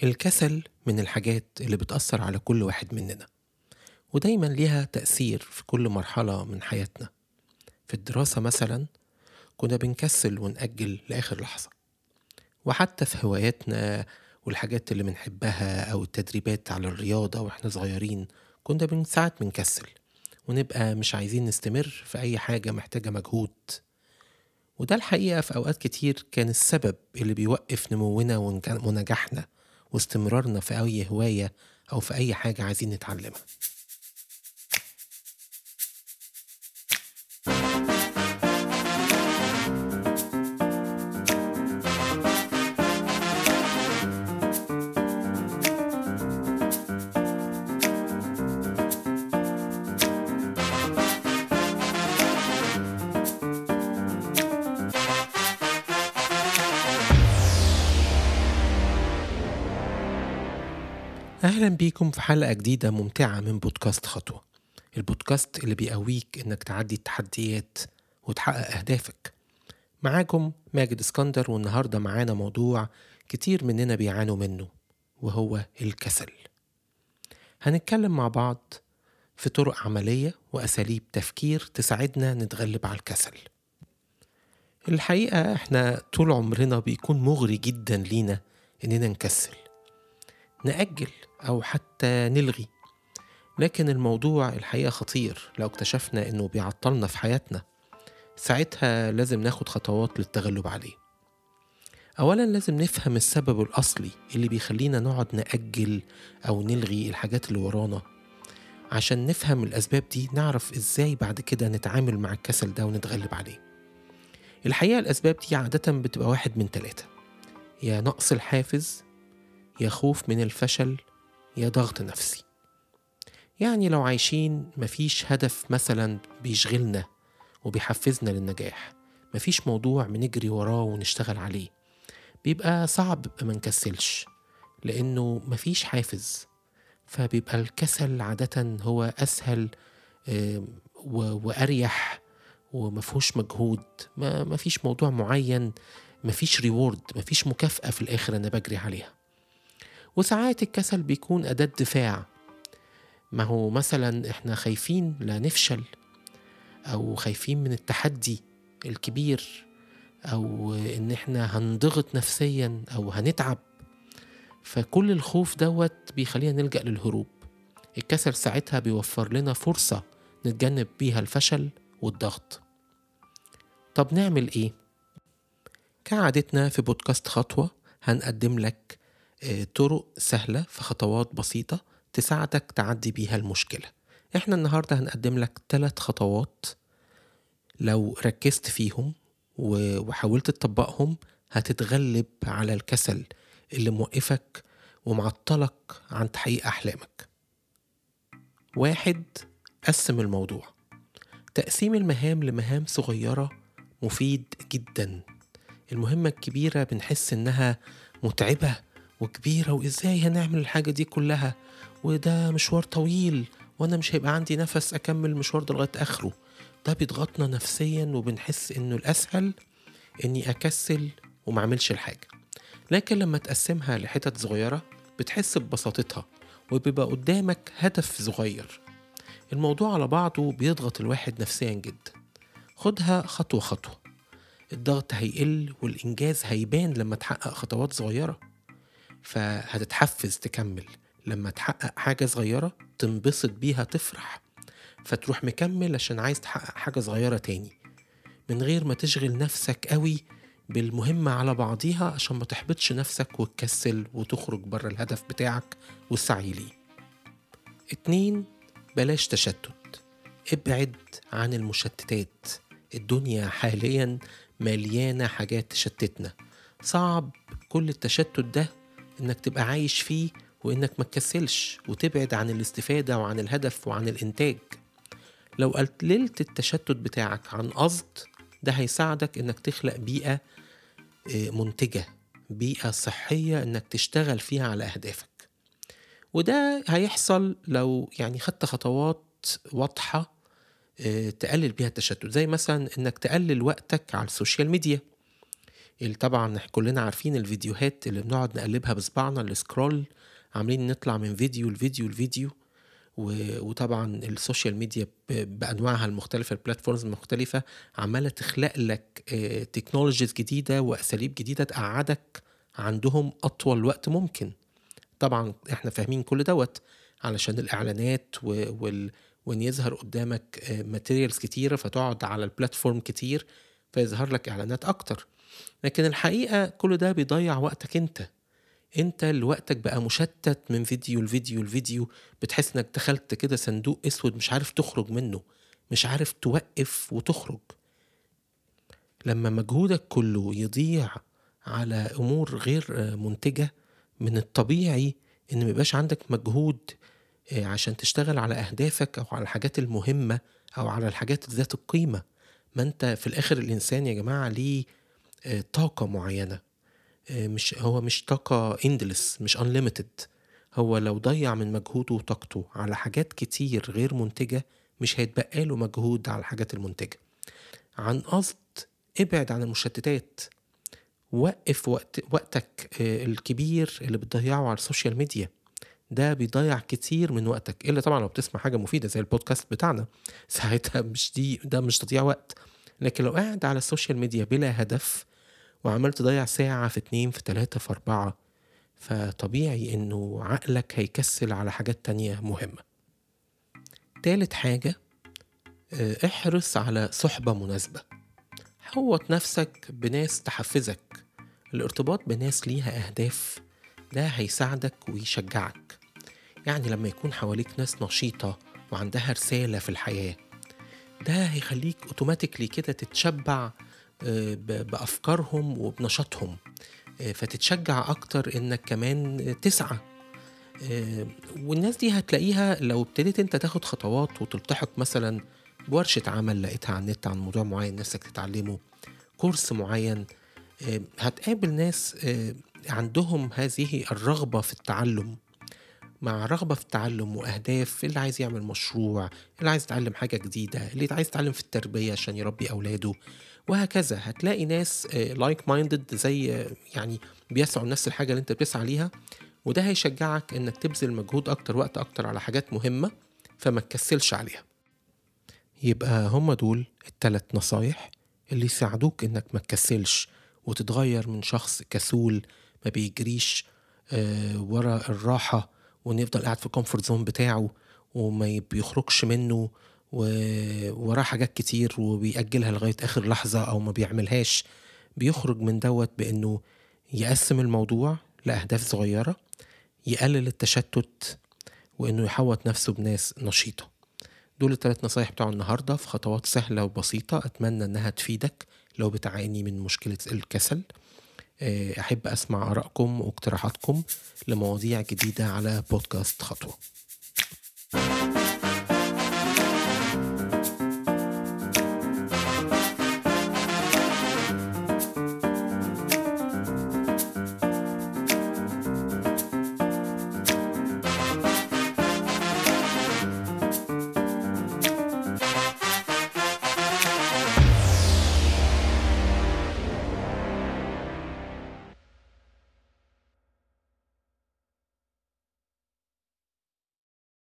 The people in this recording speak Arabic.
الكسل من الحاجات اللي بتأثر على كل واحد مننا، ودايما ليها تأثير في كل مرحلة من حياتنا. في الدراسة مثلا كنا بنكسل ونأجل لآخر لحظة، وحتى في هواياتنا والحاجات اللي بنحبها أو التدريبات على الرياضة وإحنا صغيرين كنا ساعات بنكسل ونبقى مش عايزين نستمر في أي حاجة محتاجة مجهود. وده الحقيقة في أوقات كتير كان السبب اللي بيوقف نمونا ونجاحنا واستمرارنا في أي هواية أو في أي حاجة عايزين نتعلمها. أهلا بيكم في حلقة جديدة ممتعة من بودكاست خطوة، البودكاست اللي بيقويك إنك تعدي التحديات وتحقق أهدافك. معاكم ماجد اسكندر، والنهاردة معانا موضوع كتير مننا بيعانوا منه، وهو الكسل. هنتكلم مع بعض في طرق عملية وأساليب تفكير تساعدنا نتغلب على الكسل. الحقيقة احنا طول عمرنا بيكون مغري جدا لينا إننا نكسل، نأجل أو حتى نلغي، لكن الموضوع الحقيقة خطير. لو اكتشفنا إنه بيعطلنا في حياتنا ساعتها لازم ناخد خطوات للتغلب عليه. أولا لازم نفهم السبب الأصلي اللي بيخلينا نقعد نأجل أو نلغي الحاجات اللي ورانا. عشان نفهم الأسباب دي نعرف إزاي بعد كده نتعامل مع الكسل ده ونتغلب عليه. الحقيقة الأسباب دي عادة بتبقى واحد من 3: يا نقص الحافز، يا خوف من الفشل، يا ضغط نفسي. يعني لو عايشين مفيش هدف مثلا بيشغلنا وبيحفزنا للنجاح، مفيش موضوع بنجري وراه ونشتغل عليه، بيبقى صعب ما نكسلش لأنه مفيش حافز. فبيبقى الكسل عادة هو أسهل وأريح ومفهوش مجهود، مفيش موضوع معين، مفيش ريورد، مفيش مكافأة في الآخر أنا بجري عليها. وساعات الكسل بيكون أداة دفاع، ما هو مثلا إحنا خايفين لا نفشل، أو خايفين من التحدي الكبير، أو إن إحنا هنضغط نفسيا أو هنتعب. فكل الخوف دوت بيخلينا نلجأ للهروب. الكسل ساعتها بيوفر لنا فرصة نتجنب بيها الفشل والضغط. طب نعمل إيه؟ كعادتنا في بودكاست خطوة هنقدم لك طرق سهلة في خطوات بسيطة تساعدك تعدي بيها المشكلة. إحنا النهاردة هنقدم لك 3 خطوات لو ركزت فيهم وحاولت تطبقهم هتتغلب على الكسل اللي موقفك ومعطلك عن تحقيق أحلامك. 1. قسم الموضوع. تقسيم المهام لمهام صغيرة مفيد جدا. المهمة الكبيرة بنحس إنها متعبة وكبيرة، وإزاي هنعمل الحاجة دي كلها، وده مشوار طويل وأنا مش هيبقى عندي نفس أكمل المشوار ده لغاية آخره. ده بيضغطنا نفسيا وبنحس إنه الأسهل إني أكسل ومعملش الحاجة. لكن لما تقسمها لحتت صغيرة بتحس ببساطتها وبيبقى قدامك هدف صغير. الموضوع على بعضه بيضغط الواحد نفسيا جدا. خدها خطوة خطوة، الضغط هيقل والإنجاز هيبان لما تحقق خطوات صغيرة. فهتتحفز تكمل لما تحقق حاجة صغيرة، تنبسط بيها، تفرح، فتروح مكمل عشان عايز تحقق حاجة صغيرة تاني، من غير ما تشغل نفسك قوي بالمهمة على بعضيها عشان ما تحبطش نفسك وتكسل وتخرج بره الهدف بتاعك والسعي ليه. 2. بلاش تشتت، ابعد عن المشتتات. الدنيا حاليا مليانة حاجات تشتتنا، صعب كل التشتت ده انك تبقى عايش فيه وانك ما تكسلش وتبعد عن الاستفادة وعن الهدف وعن الانتاج. لو قللت التشتت بتاعك عن قصد ده هيساعدك انك تخلق بيئة منتجة، بيئة صحية انك تشتغل فيها على اهدافك. وده هيحصل لو يعني خدت خطوات واضحة تقلل بيها التشتت، زي مثلا انك تقلل وقتك على السوشيال ميديا. طبعا كلنا عارفين الفيديوهات اللي بنقعد نقلبها بصبعنا، السكرول، عاملين نطلع من فيديو لفيديو. وطبعا السوشيال ميديا بأنواعها المختلفة، البلاتفورمز المختلفة عمالة تخلق لك تكنولوجيز جديدة وأساليب جديدة تقعدك عندهم أطول وقت ممكن. طبعا احنا فاهمين كل دوت علشان الإعلانات وإن يظهر قدامك ماتيريالز كتيرة، فتقعد على البلاتفورم كتير فيظهر لك إعلانات أكتر. لكن الحقيقة كل ده بيضيع وقتك انت اللي وقتك بقى مشتت من فيديو لفيديو. بتحس انك دخلت كده صندوق اسود مش عارف تخرج منه، مش عارف توقف وتخرج. لما مجهودك كله يضيع على امور غير منتجة، من الطبيعي ان ميبقاش عندك مجهود عشان تشتغل على اهدافك او على الحاجات المهمة او على الحاجات ذات القيمة. ما انت في الاخر الانسان يا جماعة ليه طاقة معينة، مش طاقة endless، مش unlimited. هو لو ضيع من مجهوده وطاقته على حاجات كتير غير منتجة مش هيتبقى له مجهود على الحاجات المنتجة. عن قصد ابعد عن المشتتات، وقف وقتك الكبير اللي بتضيعه على السوشيال ميديا، ده بيضيع كتير من وقتك. إلا طبعا لو بتسمع حاجة مفيدة زي البودكاست بتاعنا، ساعتها ده مش تضييع وقت. لكن لو قاعد على السوشيال ميديا بلا هدف وعمال تضيع ساعة في 2 في 3 في 4، فطبيعي انه عقلك هيكسل على حاجات تانية مهمة. تالت حاجة، احرص على صحبة مناسبة. حوط نفسك بناس تحفزك. الارتباط بناس ليها أهداف ده هيساعدك ويشجعك. يعني لما يكون حواليك ناس نشيطة وعندها رسالة في الحياة، ده هيخليك اوتوماتيكلي كده تتشبع بأفكارهم وبنشاطهم، فتتشجع أكتر إنك كمان تسعى. والناس دي هتلاقيها لو ابتديت انت تاخد خطوات وتلتحق مثلا بورشة عمل لقيتها على النت عن موضوع معين نفسك تتعلمه، كورس معين، هتقابل ناس عندهم هذه الرغبة في التعلم. مع رغبة في التعلم وأهداف، اللي عايز يعمل مشروع، اللي عايز يتعلم حاجة جديدة، اللي عايز يتعلم في التربية عشان يربي أولاده، وهكذا. هتلاقي ناس لايك مايندد، زي يعني بيسعوا نفس الحاجة اللي انت بتسعى ليها، وده هيشجعك انك تبذل مجهود اكتر، وقت اكتر على حاجات مهمة، فما تكسلش عليها. يبقى هم دول ال3 نصايح اللي يساعدوك انك ما تكسلش وتتغير من شخص كسول ما بيجريش ورا الراحة ونفضل قاعد في الكومفورت زون بتاعه وما بيخرجش منه وراه حاجات كتير وبيأجلها لغاية آخر لحظة أو ما بيعملهاش. بيخرج من دوت بأنه يقسم الموضوع لأهداف صغيرة، يقلل التشتت، وإنه يحوط نفسه بناس نشيطة. دول ال3 نصايح بتوع النهاردة في خطوات سهلة وبسيطة، أتمنى أنها تفيدك لو بتعاني من مشكلة الكسل. أحب أسمع آرائكم واقتراحاتكم لمواضيع جديدة على بودكاست خطوة.